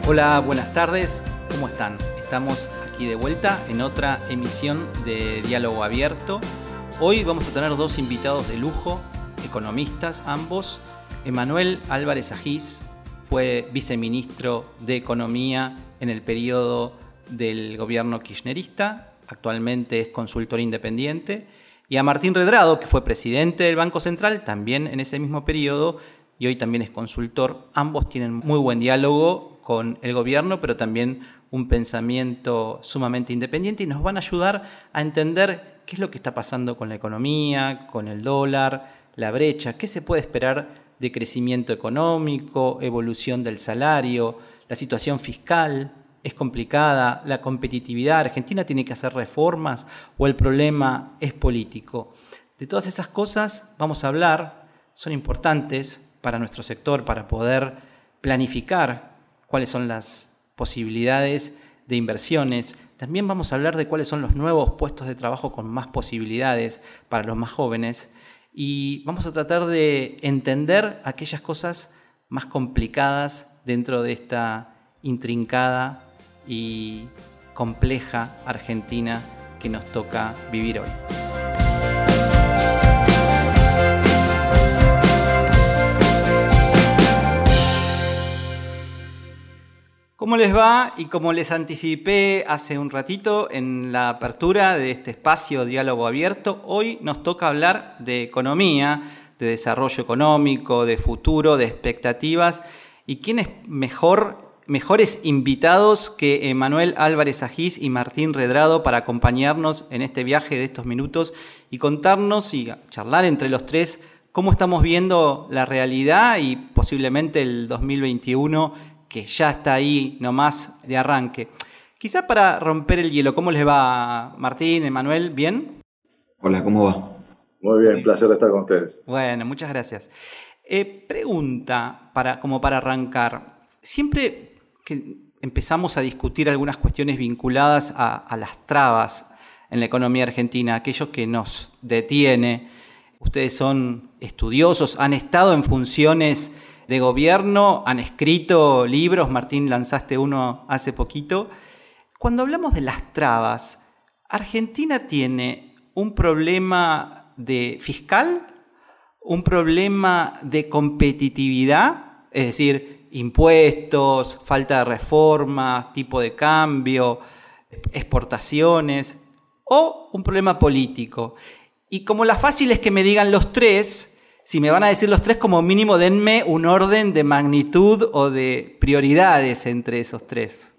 Hola, buenas tardes, ¿cómo están? Estamos aquí de vuelta en otra emisión de Diálogo Abierto. Hoy vamos a tener dos invitados de lujo, economistas ambos. Emanuel Álvarez Agis fue viceministro de Economía en el periodo del gobierno kirchnerista, actualmente es consultor independiente. Y a Martín Redrado, que fue presidente del Banco Central, también en ese mismo periodo, y hoy también es consultor. Ambos tienen muy buen diálogo con el gobierno, pero también un pensamiento sumamente independiente y nos van a ayudar a entender qué es lo que está pasando con la economía, con el dólar, la brecha, qué se puede esperar de crecimiento económico, evolución del salario, la situación fiscal es complicada, la competitividad, Argentina tiene que hacer reformas o el problema es político. De todas esas cosas vamos a hablar, son importantes para nuestro sector, para poder planificar cuáles son las posibilidades de inversiones. También vamos a hablar de cuáles son los nuevos puestos de trabajo con más posibilidades para los más jóvenes y vamos a tratar de entender aquellas cosas más complicadas dentro de esta intrincada y compleja Argentina que nos toca vivir hoy. ¿Cómo les va? Y como les anticipé hace un ratito en la apertura de este espacio Diálogo Abierto, hoy nos toca hablar de economía, de desarrollo económico, de futuro, de expectativas. ¿Y quién es mejores invitados que Emanuel Álvarez Agis y Martín Redrado para acompañarnos en este viaje de estos minutos y contarnos y charlar entre los tres cómo estamos viendo la realidad y posiblemente el 2021 que ya está ahí nomás de arranque? Quizá para romper el hielo, ¿cómo les va, Martín, Emanuel? ¿Bien? Hola, ¿cómo va? Muy bien, placer de estar con ustedes. Bueno, muchas gracias. Pregunta como para arrancar. Siempre que empezamos a discutir algunas cuestiones vinculadas a las trabas en la economía argentina, aquellos que nos detiene, ustedes son estudiosos, han estado en funciones de gobierno, han escrito libros, Martín, lanzaste uno hace poquito. Cuando hablamos de las trabas, ¿Argentina tiene un problema fiscal, un problema de competitividad, es decir, impuestos, falta de reformas, tipo de cambio, exportaciones, o un problema político? Y como la fácil es que me digan los tres, si me van a decir los tres, como mínimo denme un orden de magnitud o de prioridades entre esos tres.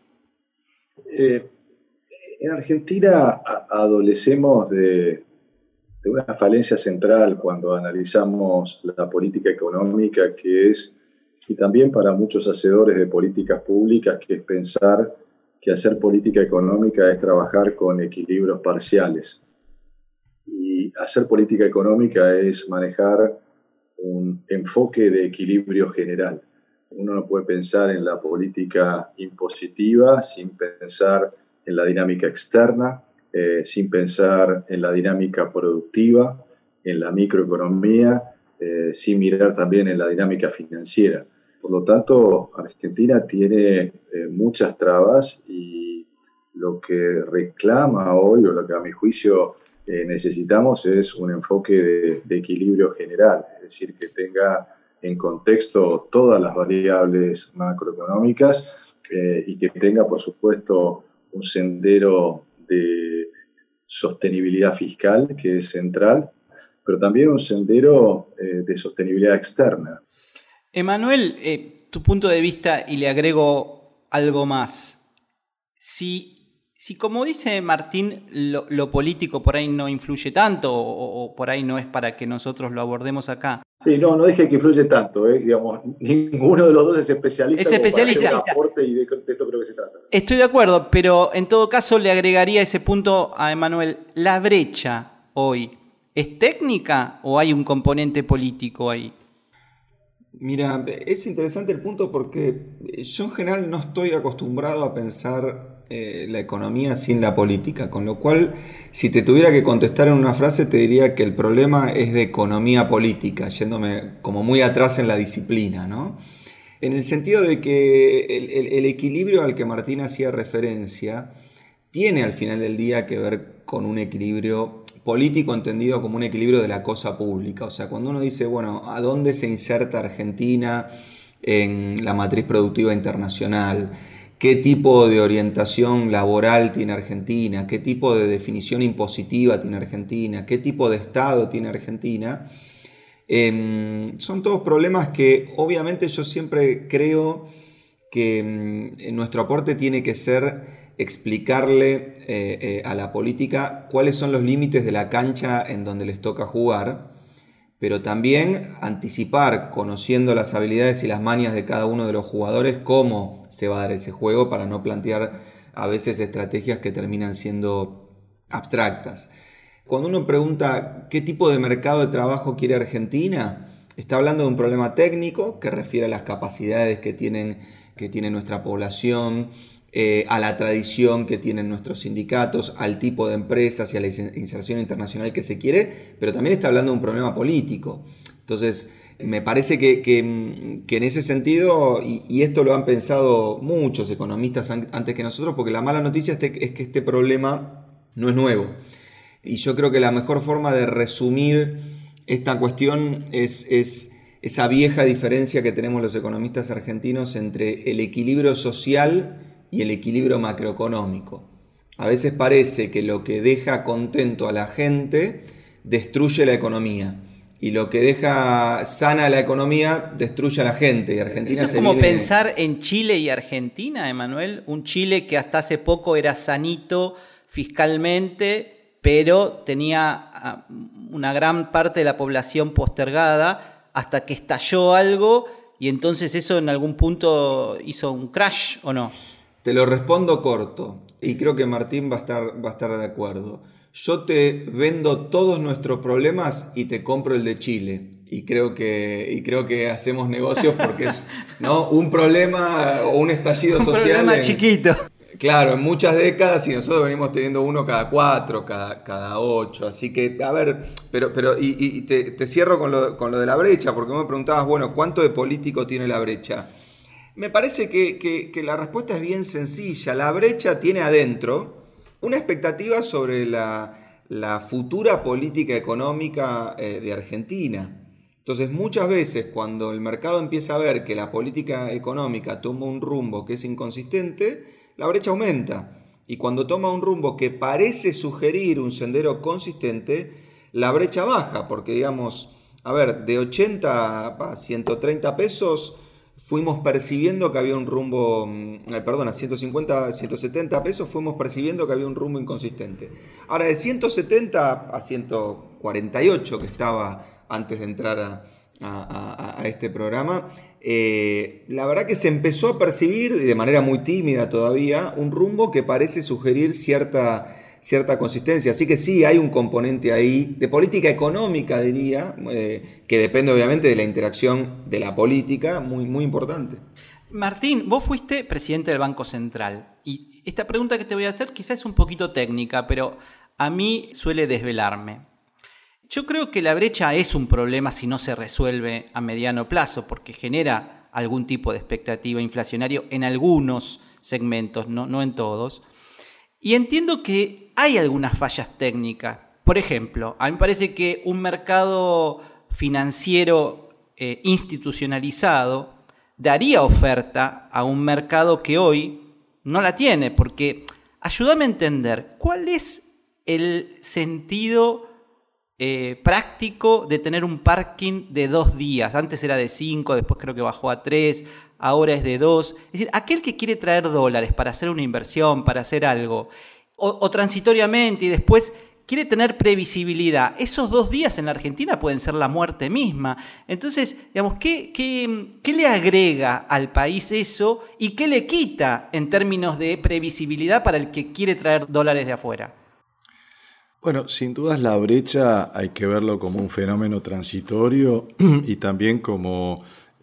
En Argentina adolecemos de una falencia central cuando analizamos la política económica, que es, y también para muchos hacedores de políticas públicas, que es pensar que hacer política económica es trabajar con equilibrios parciales. Y hacer política económica es manejar un enfoque de equilibrio general. Uno no puede pensar en la política impositiva sin pensar en la dinámica externa, sin pensar en la dinámica productiva, en la microeconomía, sin mirar también en la dinámica financiera. Por lo tanto, Argentina tiene muchas trabas y lo que reclama hoy, o lo que a mi juicio necesitamos, es un enfoque de equilibrio general, es decir, que tenga en contexto todas las variables macroeconómicas y que tenga, por supuesto, un sendero de sostenibilidad fiscal que es central, pero también un sendero de sostenibilidad externa. Emanuel, tu punto de vista, y le agrego algo más. Si como dice Martín, lo político por ahí no influye tanto o por ahí no es para que nosotros lo abordemos acá. Sí, no dije que influye tanto, digamos, ninguno de los dos es especialista. Es especialista. Para hacer un aporte y de esto creo que se trata. Estoy de acuerdo, pero en todo caso le agregaría ese punto a Emanuel. ¿La brecha hoy es técnica o hay un componente político ahí? Mira, es interesante el punto porque yo en general no estoy acostumbrado a pensar la economía sin la política, con lo cual si te tuviera que contestar en una frase te diría que el problema es de economía política, yéndome como muy atrás en la disciplina, ¿no? en el sentido de que el equilibrio al que Martín hacía referencia tiene al final del día que ver con un equilibrio político entendido como un equilibrio de la cosa pública. O sea, cuando uno dice, bueno, ¿a dónde se inserta Argentina en la matriz productiva internacional? ¿Qué tipo de orientación laboral tiene Argentina? ¿Qué tipo de definición impositiva tiene Argentina? ¿Qué tipo de Estado tiene Argentina? Son todos problemas que obviamente yo siempre creo que nuestro aporte tiene que ser explicarle a la política cuáles son los límites de la cancha en donde les toca jugar, pero también anticipar, conociendo las habilidades y las mañas de cada uno de los jugadores, cómo se va a dar ese juego para no plantear a veces estrategias que terminan siendo abstractas. Cuando uno pregunta qué tipo de mercado de trabajo quiere Argentina, está hablando de un problema técnico que refiere a las capacidades que tiene nuestra población, a la tradición que tienen nuestros sindicatos, al tipo de empresas y a la inserción internacional que se quiere, pero también está hablando de un problema político. Entonces, me parece que en ese sentido, y esto lo han pensado muchos economistas antes que nosotros, porque la mala noticia es que este problema no es nuevo. Y yo creo que la mejor forma de resumir esta cuestión es esa vieja diferencia que tenemos los economistas argentinos entre el equilibrio social y el equilibrio macroeconómico. A veces parece que lo que deja contento a la gente destruye la economía, y lo que deja sana la economía destruye a la gente. Y Argentina Eso es como pensar en Chile y Argentina, Emanuel. Un Chile que hasta hace poco era sanito fiscalmente, pero tenía una gran parte de la población postergada hasta que estalló algo, y entonces eso en algún punto hizo un crash, ¿o no? Te lo respondo corto, y creo que Martín va a estar de acuerdo. Yo te vendo todos nuestros problemas y te compro el de Chile. Y creo que hacemos negocios porque es, ¿no?, un problema o un estallido social. Un problema chiquito. Claro, en muchas décadas, y nosotros venimos teniendo uno cada 4, cada 8. Así que, a ver, pero te cierro con lo de la brecha, porque me preguntabas, bueno, ¿cuánto de político tiene la brecha? Me parece que la respuesta es bien sencilla. La brecha tiene adentro una expectativa sobre la futura política económica de Argentina. Entonces, muchas veces cuando el mercado empieza a ver que la política económica toma un rumbo que es inconsistente, la brecha aumenta. Y cuando toma un rumbo que parece sugerir un sendero consistente, la brecha baja. Porque, digamos, a ver, de 80 a 130 pesos... fuimos percibiendo que había un rumbo, a 150, 170 pesos fuimos percibiendo que había un rumbo inconsistente. Ahora, de 170 a 148 que estaba antes de entrar a este programa, la verdad que se empezó a percibir, de manera muy tímida todavía, un rumbo que parece sugerir cierta consistencia. Así que sí, hay un componente ahí de política económica, diría, que depende obviamente de la interacción de la política, muy, muy importante. Martín, vos fuiste presidente del Banco Central, y esta pregunta que te voy a hacer quizás es un poquito técnica, pero a mí suele desvelarme. Yo creo que la brecha es un problema si no se resuelve a mediano plazo, porque genera algún tipo de expectativa inflacionaria en algunos segmentos, no en todos. Y entiendo que hay algunas fallas técnicas. Por ejemplo, a mí me parece que un mercado financiero institucionalizado daría oferta a un mercado que hoy no la tiene. Porque ayúdame a entender, ¿cuál es el sentido práctico de tener un parking de 2 días? Antes era de 5, después creo que bajó a 3, ahora es de 2. Es decir, aquel que quiere traer dólares para hacer una inversión, para hacer algo, o transitoriamente, y después quiere tener previsibilidad, esos 2 días en la Argentina pueden ser la muerte misma. Entonces, digamos, ¿qué le agrega al país eso y qué le quita en términos de previsibilidad para el que quiere traer dólares de afuera? Bueno, sin dudas la brecha hay que verlo como un fenómeno transitorio y también como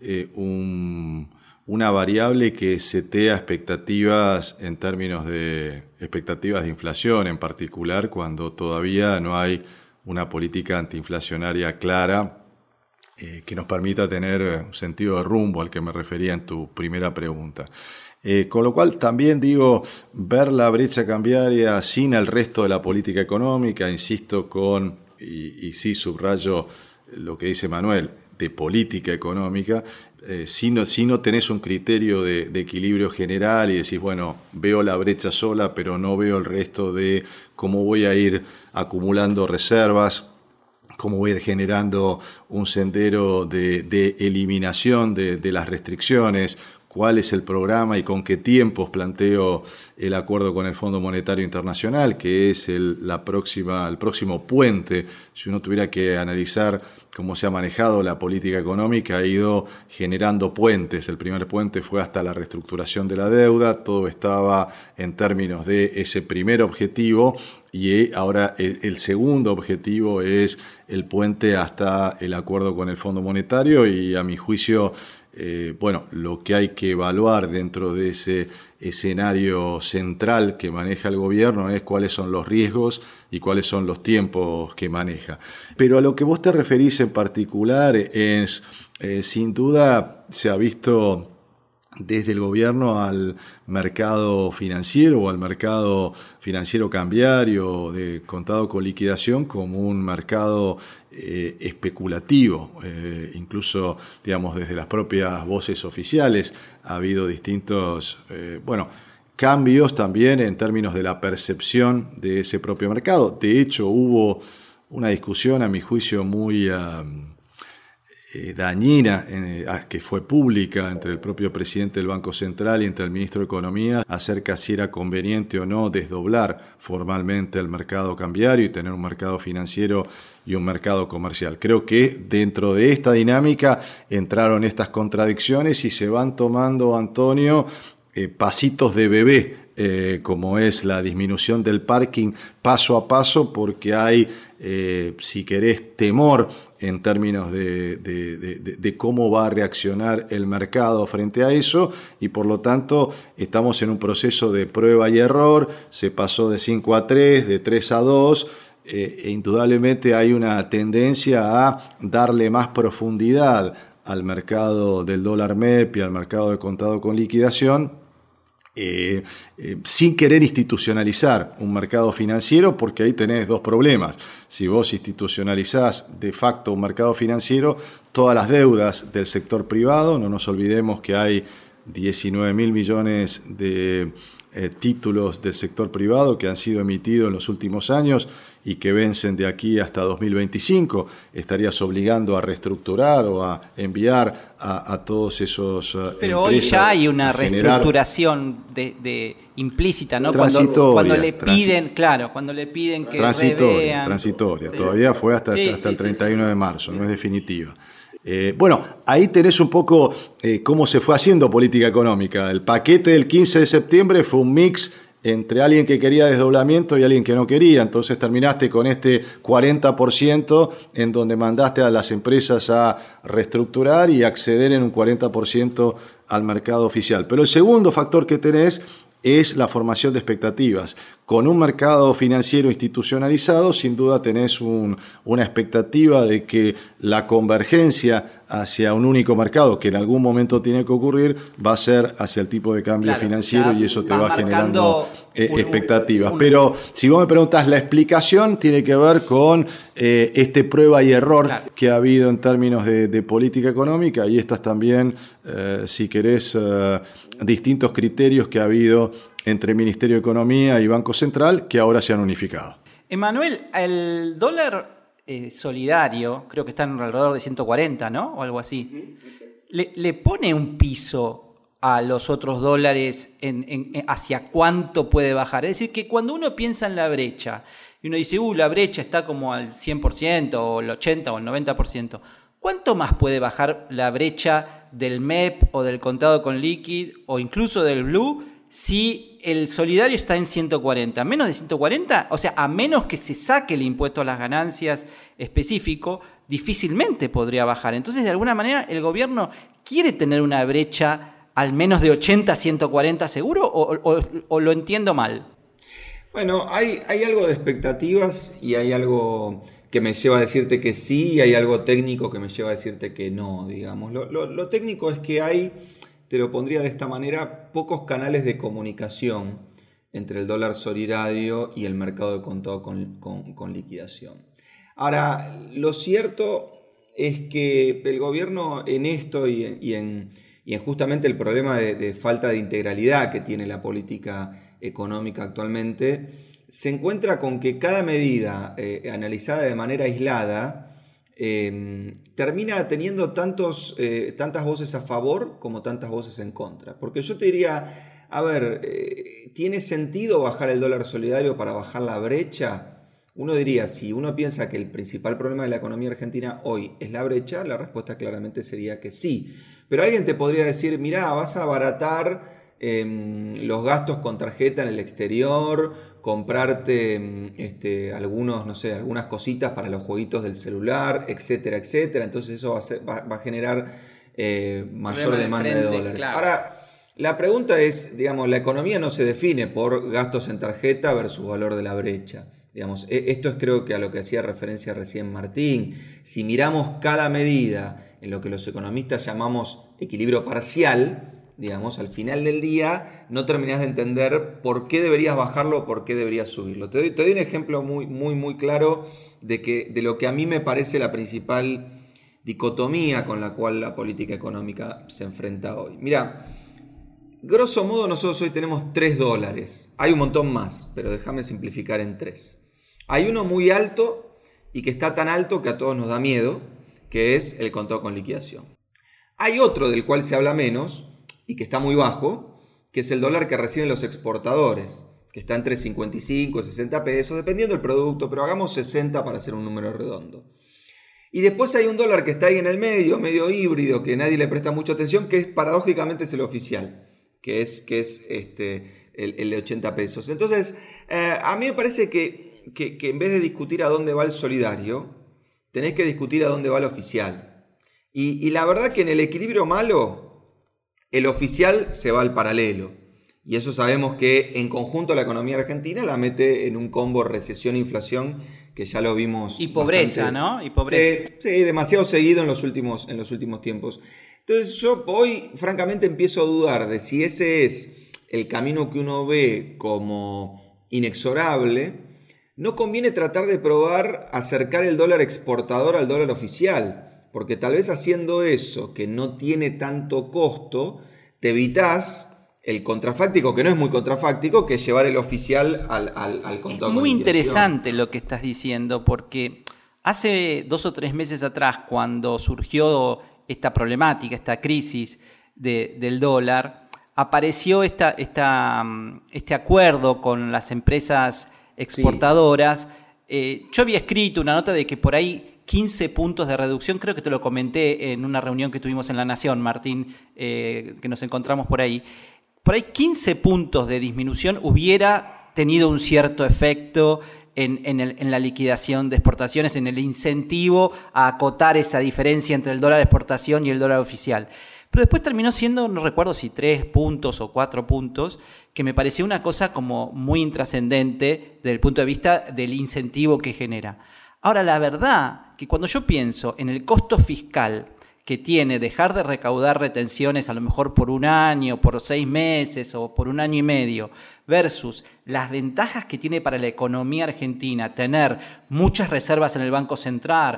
una variable que setea expectativas en términos de expectativas de inflación, en particular cuando todavía no hay una política antiinflacionaria clara que nos permita tener un sentido de rumbo al que me refería en tu primera pregunta. Con lo cual también digo, ver la brecha cambiaria sin el resto de la política económica, insisto y sí subrayo lo que dice Manuel, de política económica, si no tenés un criterio de equilibrio general y decís, bueno, veo la brecha sola, pero no veo el resto de cómo voy a ir acumulando reservas, cómo voy a ir generando un sendero de eliminación de las restricciones, cuál es el programa y con qué tiempos planteo el acuerdo con el Fondo Monetario Internacional, que es el próximo puente. Si uno tuviera que analizar cómo se ha manejado la política económica, ha ido generando puentes. El primer puente fue hasta la reestructuración de la deuda, todo estaba en términos de ese primer objetivo, y ahora el segundo objetivo es el puente hasta el acuerdo con el Fondo Monetario, y a mi juicio, lo que hay que evaluar dentro de ese escenario central que maneja el gobierno es cuáles son los riesgos y cuáles son los tiempos que maneja. Pero a lo que vos te referís en particular es, sin duda, se ha visto desde el gobierno al mercado financiero o al mercado financiero cambiario de contado con liquidación como un mercado especulativo. Incluso, digamos, desde las propias voces oficiales ha habido distintos, cambios también en términos de la percepción de ese propio mercado. De hecho, hubo una discusión, a mi juicio, muy dañina, que fue pública entre el propio presidente del Banco Central y entre el ministro de Economía acerca si era conveniente o no desdoblar formalmente el mercado cambiario y tener un mercado financiero y un mercado comercial. Creo que dentro de esta dinámica entraron estas contradicciones y se van tomando, Antonio, pasitos de bebé, como es la disminución del parking paso a paso, porque hay, si querés, temor en términos de cómo va a reaccionar el mercado frente a eso, y por lo tanto estamos en un proceso de prueba y error. Se pasó de 5 a 3, de 3 a 2, e indudablemente hay una tendencia a darle más profundidad al mercado del dólar MEP y al mercado de contado con liquidación, sin querer institucionalizar un mercado financiero, porque ahí tenés dos problemas. Si vos institucionalizás de facto un mercado financiero, todas las deudas del sector privado, no nos olvidemos que hay 19.000 millones de títulos del sector privado que han sido emitidos en los últimos años y que vencen de aquí hasta 2025, estarías obligando a reestructurar o a enviar a todos esos Pero hoy ya hay una reestructuración de implícita, ¿no? Cuando le piden, cuando le piden que transitoria, sí. Todavía fue hasta el 31 de marzo, no es definitiva. Ahí tenés un poco cómo se fue haciendo política económica. El paquete del 15 de septiembre fue un mix entre alguien que quería desdoblamiento y alguien que no quería. Entonces terminaste con este 40% en donde mandaste a las empresas a reestructurar y acceder en un 40% al mercado oficial. Pero el segundo factor que tenés es la formación de expectativas. Con un mercado financiero institucionalizado, sin duda tenés una expectativa de que la convergencia hacia un único mercado, que en algún momento tiene que ocurrir, va a ser hacia el tipo de cambio financiero, y eso te va generando expectativas. Pero si vos me preguntás, la explicación tiene que ver con este prueba y error que ha habido en términos de política económica, y estas también, si querés, distintos criterios que ha habido entre Ministerio de Economía y Banco Central, que ahora se han unificado. Emanuel, el dólar solidario, creo que está en alrededor de 140, ¿no? O algo así. ¿Le pone un piso a los otros dólares hacia cuánto puede bajar? Es decir, que cuando uno piensa en la brecha, y uno dice, la brecha está como al 100%, o el 80% o el 90%, ¿cuánto más puede bajar la brecha del MEP o del contado con liquid o incluso del blue si el solidario está en 140? ¿Menos de 140? O sea, a menos que se saque el impuesto a las ganancias específico, difícilmente podría bajar. Entonces, de alguna manera, ¿el gobierno quiere tener una brecha al menos de 80 a 140 seguro o lo entiendo mal? Bueno, hay algo de expectativas y hay algo que me lleva a decirte que sí y hay algo técnico que me lleva a decirte que no, digamos. Lo técnico es que hay, te lo pondría de esta manera, pocos canales de comunicación entre el dólar solidario y el mercado de contado con liquidación. Ahora, lo cierto es que el gobierno en esto y en justamente el problema de falta de integralidad que tiene la política económica actualmente, se encuentra con que cada medida analizada de manera aislada termina teniendo tantas voces a favor como tantas voces en contra. Porque yo te diría, a ver, ¿tiene sentido bajar el dólar solidario para bajar la brecha? Uno diría, si uno piensa que el principal problema de la economía argentina hoy es la brecha, la respuesta claramente sería que sí. Pero alguien te podría decir, mirá, vas a abaratar los gastos con tarjeta en el exterior, comprarte algunas cositas para los jueguitos del celular, etcétera, etcétera. Entonces eso va a generar mayor demanda de dólares. Claro. Ahora, la pregunta es, digamos, la economía no se define por gastos en tarjeta versus valor de la brecha. Digamos, esto es creo que a lo que hacía referencia recién Martín. Si miramos cada medida en lo que los economistas llamamos equilibrio parcial, digamos, al final del día no terminás de entender por qué deberías bajarlo o por qué deberías subirlo. Te doy un ejemplo muy claro de lo que a mí me parece la principal dicotomía con la cual la política económica se enfrenta hoy. Mira, grosso modo nosotros hoy tenemos $3. Hay un montón más, pero déjame simplificar en 3. Hay uno muy alto y que está tan alto que a todos nos da miedo, que es el contado con liquidación. Hay otro del cual se habla menos y que está muy bajo, que es el dólar que reciben los exportadores, que está entre 55 y 60 pesos, dependiendo del producto, pero hagamos 60 para hacer un número redondo. Y después hay un dólar que está ahí en el medio híbrido, que nadie le presta mucha atención, que es paradójicamente es el oficial, que es el de 80 pesos. Entonces, a mí me parece que en vez de discutir a dónde va el solidario, tenés que discutir a dónde va el oficial. Y la verdad que en el equilibrio malo, el oficial se va al paralelo. Y eso sabemos que en conjunto la economía argentina la mete en un combo recesión-inflación que ya lo vimos. Y pobreza, bastante, ¿no? Y pobreza. Sí, demasiado seguido en los últimos tiempos. Entonces yo hoy francamente empiezo a dudar de si ese es el camino que uno ve como inexorable. No conviene tratar de probar acercar el dólar exportador al dólar oficial. Porque tal vez haciendo eso, que no tiene tanto costo, te evitás el contrafáctico, que no es muy contrafáctico, que es llevar el oficial al contado. Es muy interesante lo que estás diciendo, porque hace 2 o 3 meses atrás, cuando surgió esta problemática, esta crisis del dólar, apareció este acuerdo con las empresas exportadoras. Sí. Yo había escrito una nota de que por ahí 15 puntos de reducción, creo que te lo comenté en una reunión que tuvimos en La Nación, Martín, que nos encontramos por ahí. Por ahí 15 puntos de disminución hubiera tenido un cierto efecto en la liquidación de exportaciones, en el incentivo a acotar esa diferencia entre el dólar de exportación y el dólar oficial. Pero después terminó siendo, no recuerdo si 3 puntos o 4 puntos, que me pareció una cosa como muy intrascendente desde el punto de vista del incentivo que genera. Ahora, la verdad que cuando yo pienso en el costo fiscal que tiene dejar de recaudar retenciones a lo mejor por un año, por 6 meses o por 1 año y medio, versus las ventajas que tiene para la economía argentina tener muchas reservas en el Banco Central,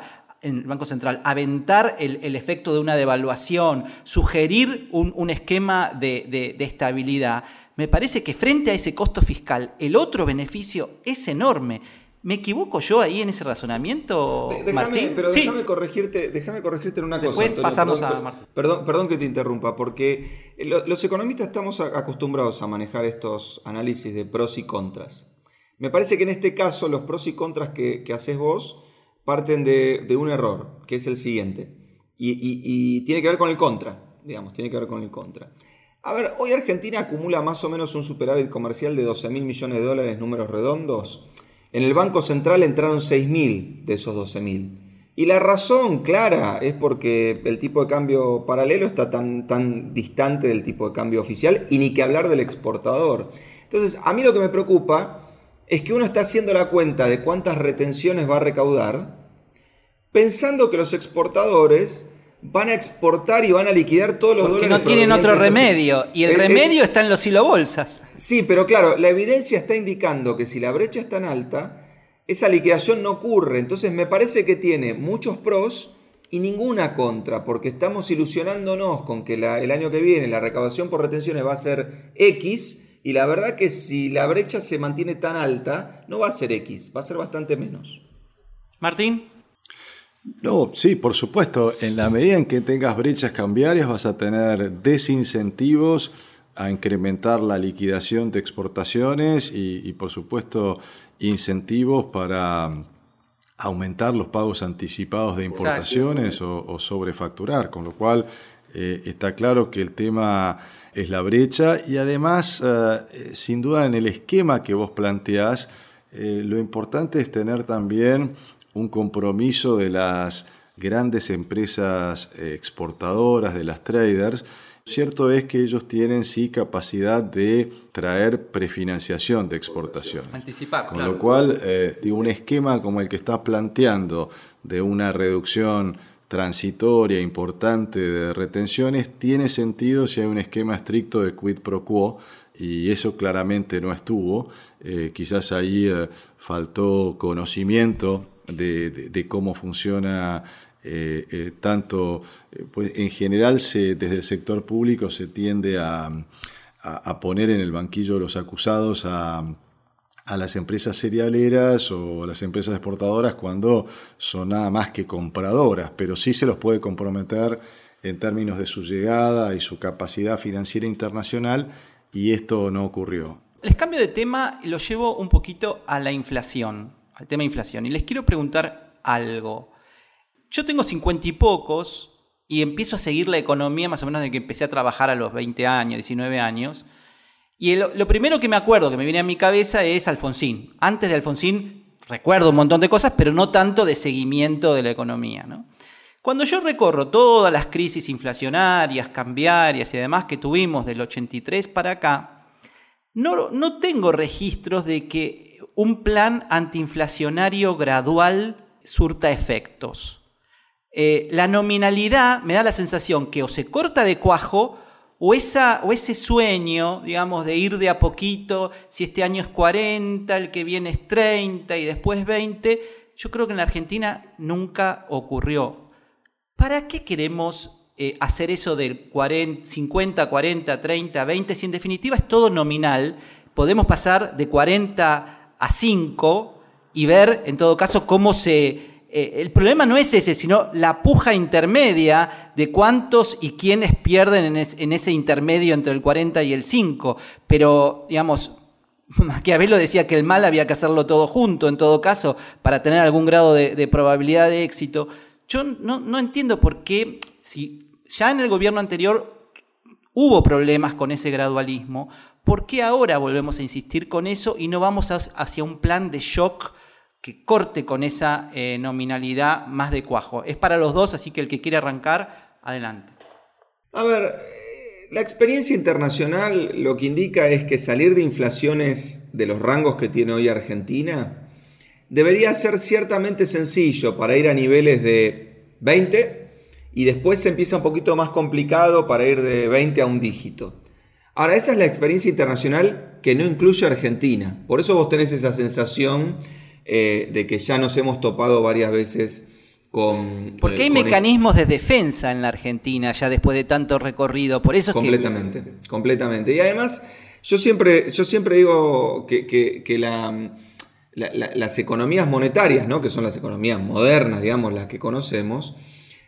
aventar el efecto de una devaluación, sugerir un esquema de estabilidad, me parece que frente a ese costo fiscal, el otro beneficio es enorme. ¿Me equivoco yo ahí en ese razonamiento, Martín? Pero sí. déjame corregirte en una Después cosa. Después pasamos a Martín. Perdón que te interrumpa, porque los economistas estamos acostumbrados a manejar estos análisis de pros y contras. Me parece que en este caso los pros y contras que haces vos parten de un error, que es el siguiente. Y tiene que ver con el contra, tiene que ver con el contra. A ver, hoy Argentina acumula más o menos un superávit comercial de $12.000 millones, números redondos. En el Banco Central entraron 6.000 de esos 12.000. Y la razón clara es porque el tipo de cambio paralelo está tan distante del tipo de cambio oficial y ni que hablar del exportador. Entonces, a mí lo que me preocupa es que uno está haciendo la cuenta de cuántas retenciones va a recaudar pensando que los exportadores van a exportar y van a liquidar todos los porque dólares. no tienen otro remedio, y el remedio está en los silobolsas. Sí, pero claro, la evidencia está indicando que si la brecha es tan alta, esa liquidación no ocurre. Entonces me parece que tiene muchos pros y ninguna contra, porque estamos ilusionándonos con que el año que viene la recaudación por retenciones va a ser X, y la verdad que si la brecha se mantiene tan alta, no va a ser X, va a ser bastante menos. Martín. No, sí, por supuesto. En la medida en que tengas brechas cambiarias vas a tener desincentivos a incrementar la liquidación de exportaciones y por supuesto, incentivos para aumentar los pagos anticipados de importaciones o sobrefacturar, con lo cual está claro que el tema es la brecha y además, sin duda, en el esquema que vos planteás, lo importante es tener también un compromiso de las grandes empresas exportadoras, de las traders. Cierto es que ellos tienen sí capacidad de traer prefinanciación de exportaciones. Anticipar, con lo cual, un esquema como el que estás planteando de una reducción transitoria importante de retenciones tiene sentido si hay un esquema estricto de quid pro quo, y eso claramente no estuvo. Quizás ahí faltó conocimiento de cómo funciona tanto, pues en general desde el sector público se tiende a poner en el banquillo de los acusados a las empresas cerealeras o a las empresas exportadoras cuando son nada más que compradoras, pero sí se los puede comprometer en términos de su llegada y su capacidad financiera internacional, y esto no ocurrió. Les cambio de tema y lo llevo un poquito a la inflación, al tema inflación, y les quiero preguntar algo. Yo tengo 50 y pocos y empiezo a seguir la economía más o menos desde que empecé a trabajar a los 20 años, 19 años. Y lo primero que me acuerdo, que me viene a mi cabeza, es Alfonsín. Antes de Alfonsín recuerdo un montón de cosas, pero no tanto de seguimiento de la economía, ¿no? Cuando yo recorro todas las crisis inflacionarias, cambiarias y demás que tuvimos del 83 para acá, no tengo registros de que un plan antiinflacionario gradual surta efectos. La nominalidad me da la sensación que o se corta de cuajo o ese sueño, digamos, de ir de a poquito, si este año es 40, el que viene es 30 y después 20, yo creo que en la Argentina nunca ocurrió. ¿Para qué queremos hacer eso del 50, 40, 30, 20? Si en definitiva es todo nominal, podemos pasar de 40 a 5 y ver en todo caso cómo el problema no es ese, sino la puja intermedia de cuántos y quiénes pierden en ese intermedio entre el 40 y el 5. Pero, digamos, Maquiavelo decía que el mal había que hacerlo todo junto, en todo caso, para tener algún grado de probabilidad de éxito. Yo no entiendo por qué, si ya en el gobierno anterior hubo problemas con ese gradualismo, ¿por qué ahora volvemos a insistir con eso y no vamos hacia un plan de shock que corte con esa nominalidad más de cuajo? Es para los dos, así que el que quiere arrancar, adelante. A ver, la experiencia internacional lo que indica es que salir de inflaciones de los rangos que tiene hoy Argentina debería ser ciertamente sencillo para ir a niveles de 20 y después se empieza un poquito más complicado para ir de 20 a un dígito. Ahora, esa es la experiencia internacional que no incluye a Argentina. Por eso vos tenés esa sensación de que ya nos hemos topado varias veces con... Porque hay mecanismos de defensa en la Argentina ya después de tanto recorrido, por eso es completamente. Y además, yo siempre digo que las economías monetarias, ¿no? Que son las economías modernas, digamos, las que conocemos,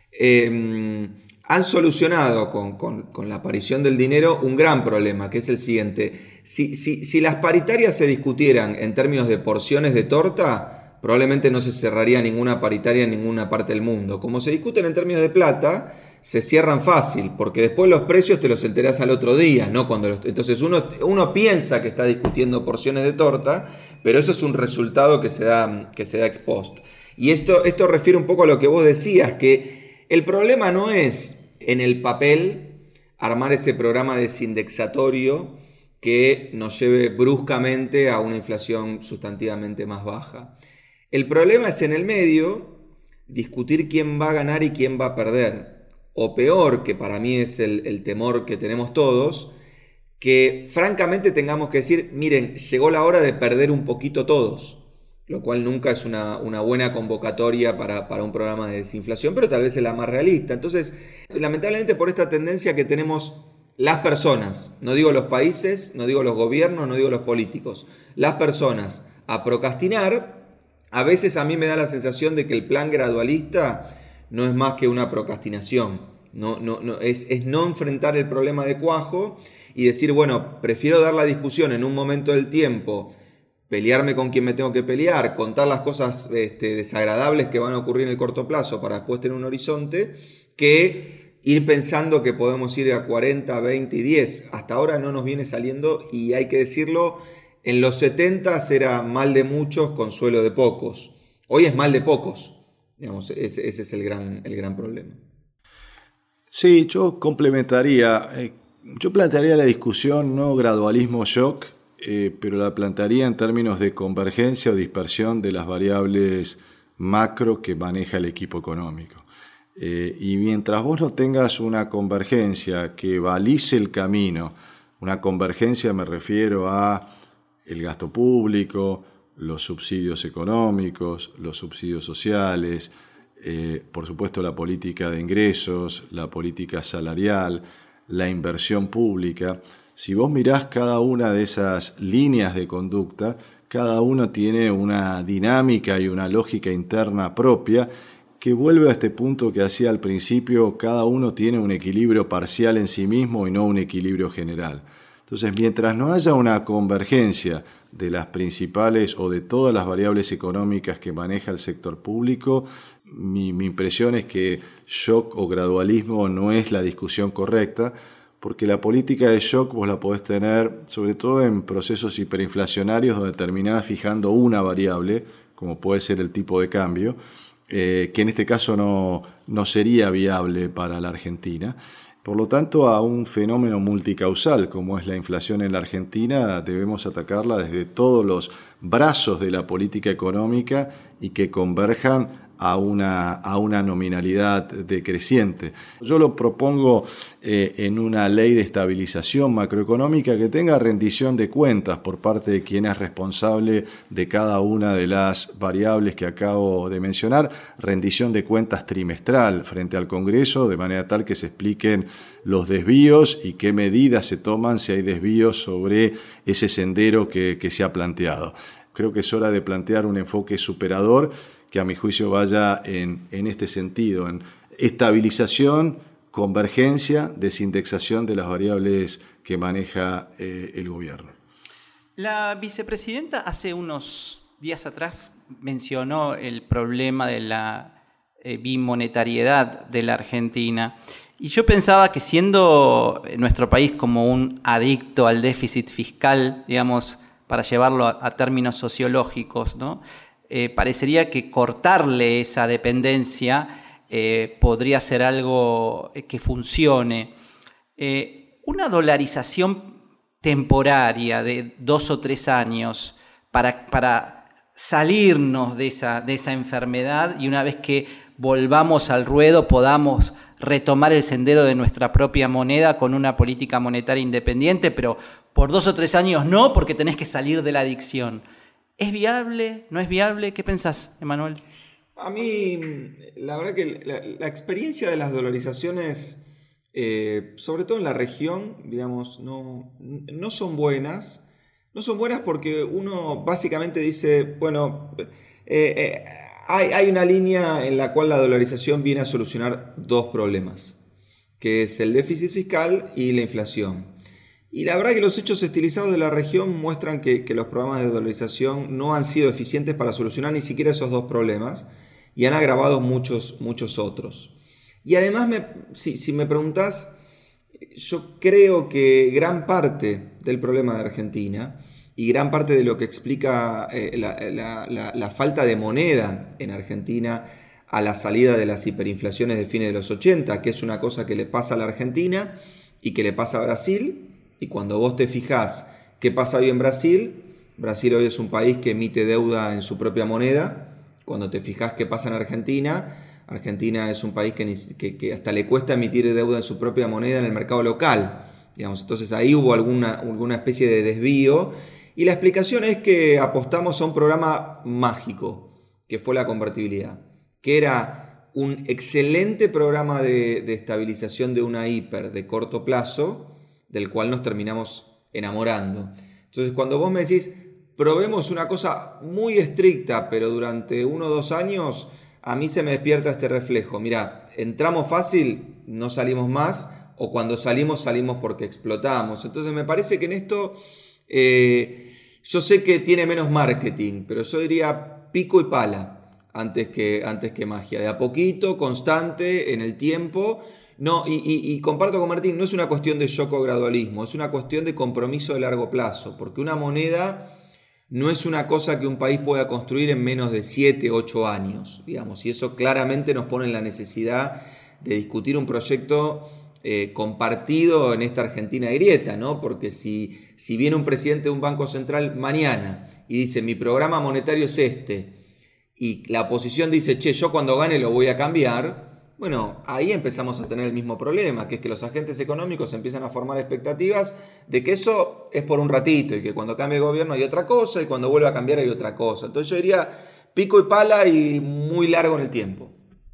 han solucionado con la aparición del dinero un gran problema, que es el siguiente. Si las paritarias se discutieran en términos de porciones de torta, probablemente no se cerraría ninguna paritaria en ninguna parte del mundo. Como se discuten en términos de plata, se cierran fácil, porque después los precios te los enterás al otro día, ¿no? Entonces uno piensa que está discutiendo porciones de torta, pero eso es un resultado que se da ex post. Y esto refiere un poco a lo que vos decías, que el problema no es en el papel armar ese programa desindexatorio que nos lleve bruscamente a una inflación sustantivamente más baja. El problema es en el medio discutir quién va a ganar y quién va a perder. O peor, que para mí es el temor que tenemos todos, que francamente tengamos que decir, miren, llegó la hora de perder un poquito todos, lo cual nunca es una buena convocatoria para un programa de desinflación, pero tal vez es la más realista. Entonces, lamentablemente por esta tendencia que tenemos las personas, no digo los países, no digo los gobiernos, no digo los políticos, las personas a procrastinar, a veces a mí me da la sensación de que el plan gradualista no es más que una procrastinación, es no enfrentar el problema de cuajo y decir, bueno, prefiero dar la discusión en un momento del tiempo, pelearme con quien me tengo que pelear, contar las cosas desagradables que van a ocurrir en el corto plazo para después tener un horizonte, que ir pensando que podemos ir a 40, 20 y 10. Hasta ahora no nos viene saliendo y hay que decirlo, en los 70 era mal de muchos, consuelo de pocos. Hoy es mal de pocos. Digamos, ese es el gran problema. Sí, yo complementaría, yo plantearía la discusión no gradualismo-shock, pero la plantearía en términos de convergencia o dispersión de las variables macro que maneja el equipo económico. Y mientras vos no tengas una convergencia que balice el camino, una convergencia me refiero a el gasto público, los subsidios económicos, los subsidios sociales, por supuesto la política de ingresos, la política salarial, la inversión pública. Si vos mirás cada una de esas líneas de conducta, cada uno tiene una dinámica y una lógica interna propia que vuelve a este punto que hacía al principio, cada uno tiene un equilibrio parcial en sí mismo y no un equilibrio general. Entonces, mientras no haya una convergencia de las principales o de todas las variables económicas que maneja el sector público, mi impresión es que shock o gradualismo no es la discusión correcta, porque la política de shock vos la podés tener sobre todo en procesos hiperinflacionarios donde terminás fijando una variable, como puede ser el tipo de cambio, que en este caso no sería viable para la Argentina. Por lo tanto, a un fenómeno multicausal como es la inflación en la Argentina debemos atacarla desde todos los brazos de la política económica y que converjan a una nominalidad decreciente. Yo lo propongo en una ley de estabilización macroeconómica que tenga rendición de cuentas por parte de quien es responsable de cada una de las variables que acabo de mencionar, rendición de cuentas trimestral frente al Congreso, de manera tal que se expliquen los desvíos y qué medidas se toman si hay desvíos sobre ese sendero que se ha planteado. Creo que es hora de plantear un enfoque superador que a mi juicio vaya en este sentido, en estabilización, convergencia, desindexación de las variables que maneja el gobierno. La vicepresidenta hace unos días atrás mencionó el problema de la bimonetariedad de la Argentina. Y yo pensaba que siendo nuestro país como un adicto al déficit fiscal, digamos, para llevarlo a términos sociológicos, ¿no? Parecería que cortarle esa dependencia podría ser algo que funcione. Una dolarización temporaria de 2 o 3 años para salirnos de esa enfermedad y una vez que volvamos al ruedo podamos retomar el sendero de nuestra propia moneda con una política monetaria independiente, pero por 2 o 3 años no, porque tenés que salir de la adicción. ¿Es viable? ¿No es viable? ¿Qué pensás, Emanuel? A mí, la verdad que la experiencia de las dolarizaciones, sobre todo en la región, digamos, no son buenas. No son buenas porque uno básicamente dice, bueno, hay una línea en la cual la dolarización viene a solucionar 2 problemas, que es el déficit fiscal y la inflación. Y la verdad que los hechos estilizados de la región muestran que los programas de dolarización no han sido eficientes para solucionar ni siquiera esos 2 problemas y han agravado muchos otros. Y además, si me preguntás, yo creo que gran parte del problema de Argentina y gran parte de lo que explica la falta de moneda en Argentina a la salida de las hiperinflaciones de fines de los 80, que es una cosa que le pasa a la Argentina y que le pasa a Brasil. Y cuando vos te fijás qué pasa hoy en Brasil, Brasil hoy es un país que emite deuda en su propia moneda, cuando te fijas qué pasa en Argentina, Argentina es un país que hasta le cuesta emitir deuda en su propia moneda en el mercado local. Digamos, entonces ahí hubo alguna especie de desvío. Y la explicación es que apostamos a un programa mágico, que fue la convertibilidad, que era un excelente programa de estabilización de una hiper de corto plazo, del cual nos terminamos enamorando. Entonces, cuando vos me decís, probemos una cosa muy estricta, pero durante 1 o 2 años, a mí se me despierta este reflejo. Mira, entramos fácil, no salimos más, o cuando salimos porque explotamos. Entonces, me parece que en esto, yo sé que tiene menos marketing, pero yo diría pico y pala antes que magia. De a poquito, constante, en el tiempo. No, y comparto con Martín, no es una cuestión de shock o gradualismo, es una cuestión de compromiso de largo plazo, porque una moneda no es una cosa que un país pueda construir en menos de 7, 8 años, digamos, y eso claramente nos pone en la necesidad de discutir un proyecto compartido en esta Argentina grieta, ¿no? Porque si viene un presidente de un banco central mañana y dice, mi programa monetario es este, y la oposición dice, che, yo cuando gane lo voy a cambiar. Bueno, ahí empezamos a tener el mismo problema, que es que los agentes económicos empiezan a formar expectativas de que eso es por un ratito y que cuando cambie el gobierno hay otra cosa y cuando vuelva a cambiar hay otra cosa. Entonces yo diría pico y pala y muy largo en el tiempo.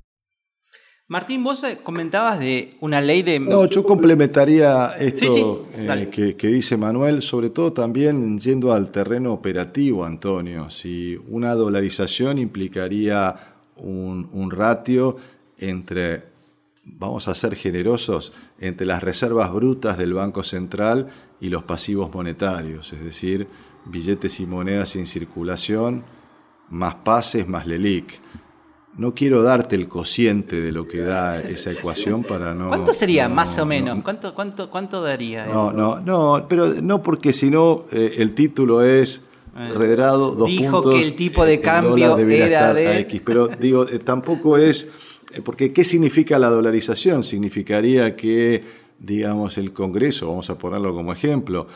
Martín, vos comentabas de una ley de... No, yo complementaría esto sí. Que dice Manuel, sobre todo también yendo al terreno operativo, Antonio. Si una dolarización implicaría un ratio entre, vamos a ser generosos, entre las reservas brutas del Banco Central y los pasivos monetarios, es decir, billetes y monedas en circulación, más pases, más LELIQ. No quiero darte el cociente de lo que da esa ecuación para no... ¿Cuánto sería más o menos? ¿Cuánto daría eso? No, pero no porque si no el título es... Redrado, 2 dijo puntos, que el tipo de cambio era de... X, pero digo, tampoco es... Porque ¿qué significa la dolarización? Significaría que, digamos, el Congreso, vamos a ponerlo como ejemplo,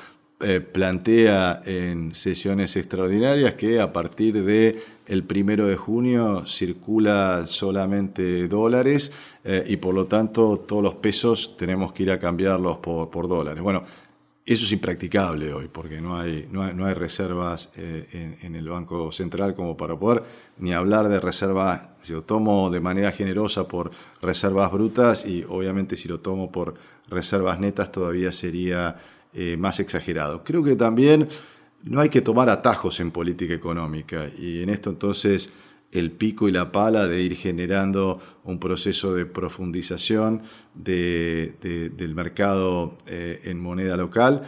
plantea en sesiones extraordinarias que a partir del 1 de junio circula solamente dólares y por lo tanto todos los pesos tenemos que ir a cambiarlos por dólares. Bueno, eso es impracticable hoy porque no hay reservas en el Banco Central como para poder ni hablar de reservas. Si lo tomo de manera generosa por reservas brutas y obviamente si lo tomo por reservas netas todavía sería más exagerado. Creo que también no hay que tomar atajos en política económica y en esto entonces el pico y la pala de ir generando un proceso de profundización del mercado en moneda local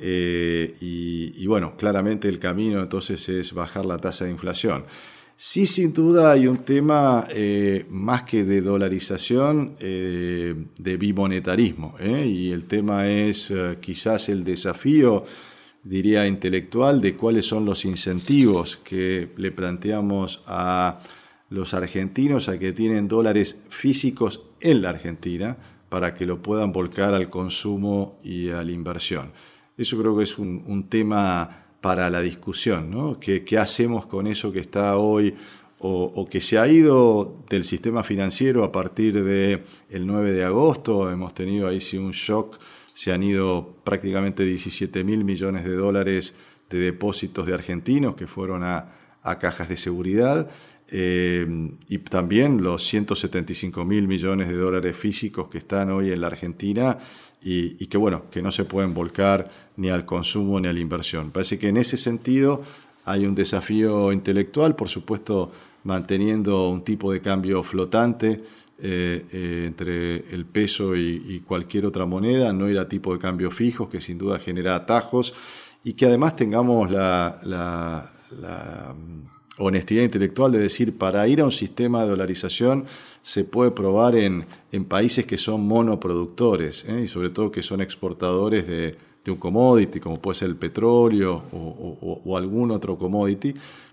y bueno, claramente el camino entonces es bajar la tasa de inflación. Sí, sin duda hay un tema más que de dolarización, de bimonetarismo, y el tema es quizás el desafío, diría, intelectual de cuáles son los incentivos que le planteamos a los argentinos a que tienen dólares físicos en la Argentina para que lo puedan volcar al consumo y a la inversión. Eso creo que es un tema para la discusión, ¿no? ¿Qué hacemos con eso que está hoy o que se ha ido del sistema financiero a partir del 9 de agosto? Hemos tenido ahí sí un shock. Se han ido prácticamente 17.000 millones de dólares de depósitos de argentinos que fueron a cajas de seguridad y también los 175.000 millones de dólares físicos que están hoy en la Argentina y que bueno, que no se pueden volcar ni al consumo ni a la inversión. Parece que en ese sentido hay un desafío intelectual, por supuesto manteniendo un tipo de cambio flotante entre el peso y cualquier otra moneda, no ir a tipo de cambio fijos, que sin duda genera atajos, y que además tengamos la honestidad intelectual de decir, para ir a un sistema de dolarización se puede probar en países que son monoproductores, y sobre todo que son exportadores de un commodity, como puede ser el petróleo o algún otro commodity,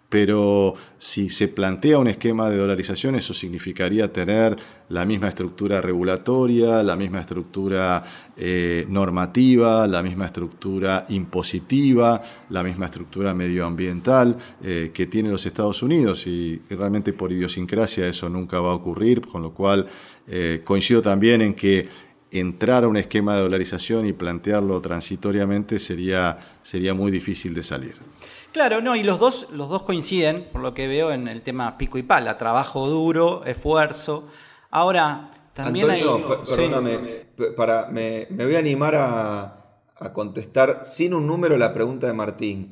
pero si se plantea un esquema de dolarización, eso significaría tener la misma estructura regulatoria, la misma estructura normativa, la misma estructura impositiva, la misma estructura medioambiental que tienen los Estados Unidos, y realmente por idiosincrasia eso nunca va a ocurrir, con lo cual coincido también en que entrar a un esquema de dolarización y plantearlo transitoriamente sería muy difícil de salir. Claro, no, y los dos coinciden, por lo que veo, en el tema pico y pala, trabajo duro, esfuerzo. Ahora, también Antonio, hay... perdóname, me voy a animar a contestar sin un número la pregunta de Martín.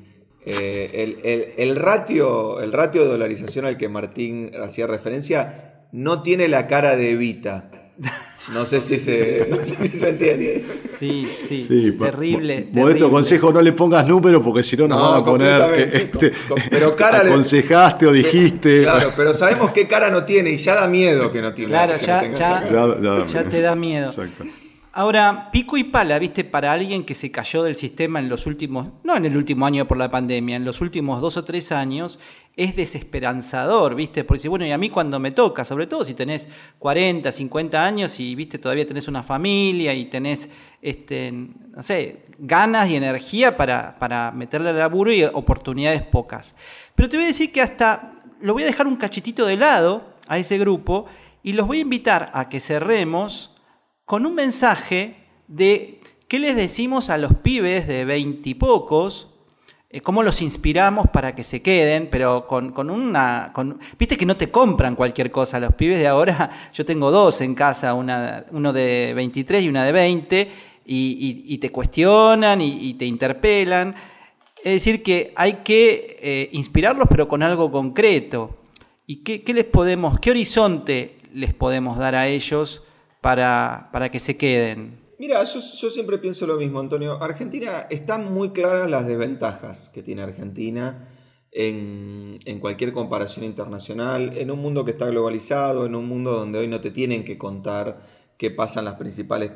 El ratio de dolarización al que Martín hacía referencia no tiene la cara de Evita. No sé si se entiende. Sí, terrible. Modesto consejo, no le pongas número porque si no nos van a poner pero cara aconsejaste o dijiste. Claro, pero sabemos qué cara no tiene y ya da miedo que no tiene. Claro, ya te da miedo. Exacto. Ahora, pico y pala, ¿viste? Para alguien que se cayó del sistema en los últimos, no en el último año por la pandemia, en los últimos 2 o 3 años, es desesperanzador, ¿viste? Porque si, bueno, y a mí cuando me toca, sobre todo si tenés 40, 50 años y, ¿viste? Todavía tenés una familia y tenés, no sé, ganas y energía para meterle al laburo y oportunidades pocas. Pero te voy a decir que hasta lo voy a dejar un cachitito de lado a ese grupo y los voy a invitar a que cerremos con un mensaje de qué les decimos a los pibes de 20 y pocos, cómo los inspiramos para que se queden, pero viste que no te compran cualquier cosa. Los pibes de ahora, yo tengo 2 en casa, uno de 23 y una de 20, y te cuestionan y te interpelan. Es decir, que hay que inspirarlos, pero con algo concreto. ¿Y qué horizonte les podemos dar a ellos para que se queden? Mira, yo siempre pienso lo mismo, Antonio. Argentina, están muy claras las desventajas que tiene Argentina en cualquier comparación internacional, en un mundo que está globalizado, en un mundo donde hoy no te tienen que contar qué pasa en las principales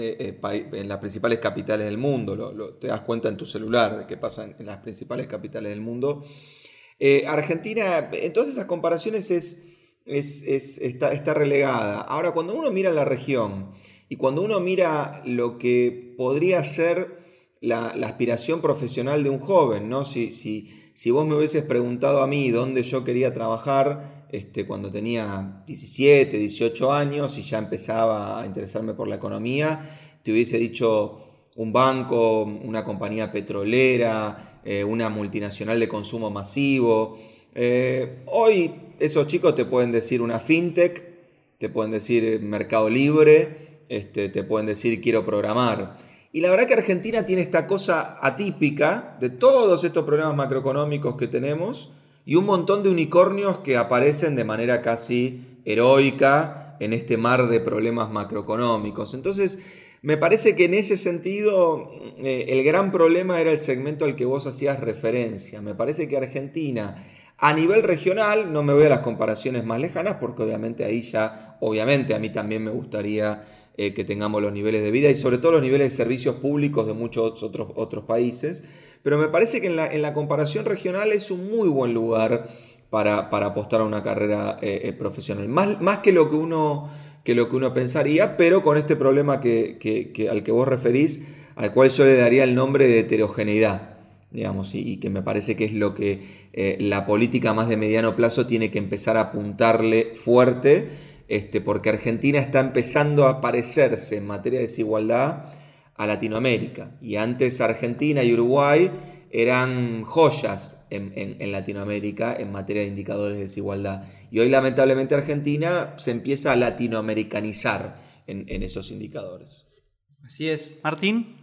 capitales del mundo. Te das cuenta en tu celular de qué pasa en las principales capitales del mundo. Argentina, en todas esas comparaciones está relegada. Ahora, cuando uno mira la región y cuando uno mira lo que podría ser la aspiración profesional de un joven, ¿no? Si vos me hubieses preguntado a mí dónde yo quería trabajar cuando tenía 17, 18 años y ya empezaba a interesarme por la economía, te hubiese dicho un banco, una compañía petrolera, una multinacional de consumo masivo. Hoy esos chicos te pueden decir una fintech, te pueden decir Mercado Libre, te pueden decir quiero programar. Y la verdad que Argentina tiene esta cosa atípica de todos estos problemas macroeconómicos que tenemos y un montón de unicornios que aparecen de manera casi heroica en este mar de problemas macroeconómicos. Entonces, me parece que en ese sentido el gran problema era el segmento al que vos hacías referencia. Me parece que Argentina, a nivel regional, no me voy a las comparaciones más lejanas porque obviamente a mí también me gustaría que tengamos los niveles de vida y sobre todo los niveles de servicios públicos de muchos otros países, pero me parece que en la comparación regional es un muy buen lugar para apostar a una carrera profesional, más que lo que uno pensaría, pero con este problema al que vos referís, al cual yo le daría el nombre de heterogeneidad, digamos, y que me parece que es lo que la política más de mediano plazo tiene que empezar a apuntarle fuerte, porque Argentina está empezando a parecerse en materia de desigualdad a Latinoamérica. Y antes Argentina y Uruguay eran joyas en Latinoamérica en materia de indicadores de desigualdad. Y hoy lamentablemente Argentina se empieza a latinoamericanizar en esos indicadores. Así es. Martín.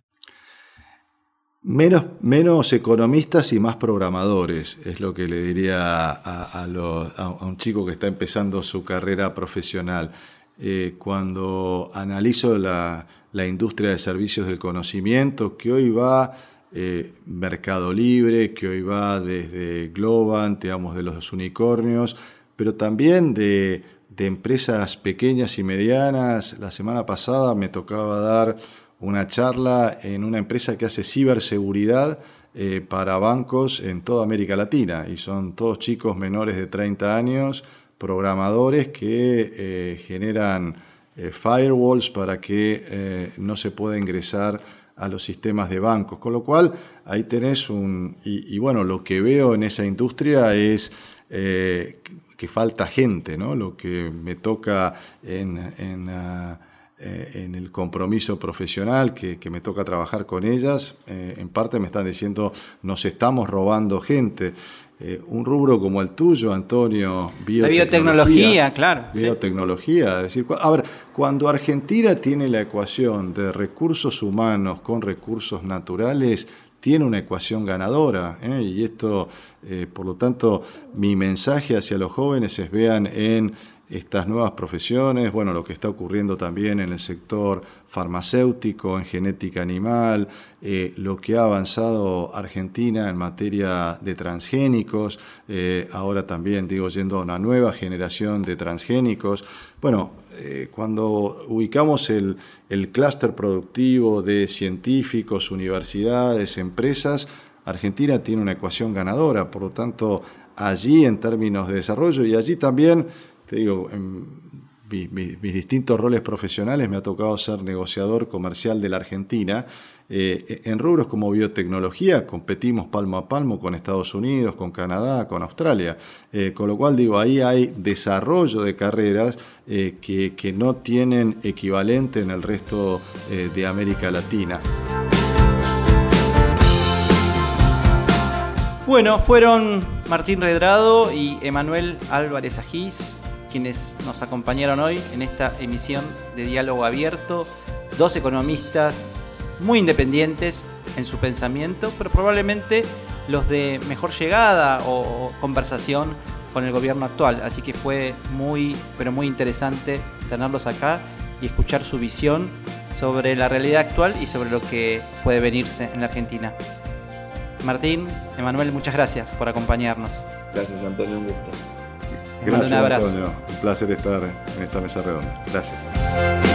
Menos economistas y más programadores, es lo que le diría a un chico que está empezando su carrera profesional. Cuando analizo la industria de servicios del conocimiento, que hoy va Mercado Libre, que hoy va desde Globant, digamos, de los unicornios, pero también de empresas pequeñas y medianas. La semana pasada me tocaba dar una charla en una empresa que hace ciberseguridad para bancos en toda América Latina, y son todos chicos menores de 30 años, programadores que generan firewalls para que no se pueda ingresar a los sistemas de bancos, con lo cual ahí tenés y bueno, lo que veo en esa industria es que falta gente, ¿no? Lo que me toca en el compromiso profesional que me toca trabajar con ellas, en parte me están diciendo, nos estamos robando gente. Un rubro como el tuyo, Antonio, la biotecnología, claro. Biotecnología, es decir, a ver, cuando Argentina tiene la ecuación de recursos humanos con recursos naturales, tiene una ecuación ganadora, y esto, por lo tanto, mi mensaje hacia los jóvenes es: vean en estas nuevas profesiones, bueno, lo que está ocurriendo también en el sector farmacéutico, en genética animal, lo que ha avanzado Argentina en materia de transgénicos, ahora también, yendo a una nueva generación de transgénicos. Bueno, cuando ubicamos el clúster productivo de científicos, universidades, empresas, Argentina tiene una ecuación ganadora, por lo tanto, allí en términos de desarrollo, y allí también, te digo, en mis distintos roles profesionales me ha tocado ser negociador comercial de la Argentina. En rubros como biotecnología competimos palmo a palmo con Estados Unidos, con Canadá, con Australia. Con lo cual, ahí hay desarrollo de carreras que no tienen equivalente en el resto de América Latina. Bueno, fueron Martín Redrado y Emanuel Álvarez Agís quienes nos acompañaron hoy en esta emisión de Diálogo Abierto. Dos economistas muy independientes en su pensamiento, pero probablemente los de mejor llegada o conversación con el gobierno actual. Así que fue muy interesante tenerlos acá y escuchar su visión sobre la realidad actual y sobre lo que puede venirse en la Argentina. Martín, Emanuel, muchas gracias por acompañarnos. Gracias, Antonio, un gusto. Gracias, Antonio. Un placer estar en esta mesa redonda. Gracias.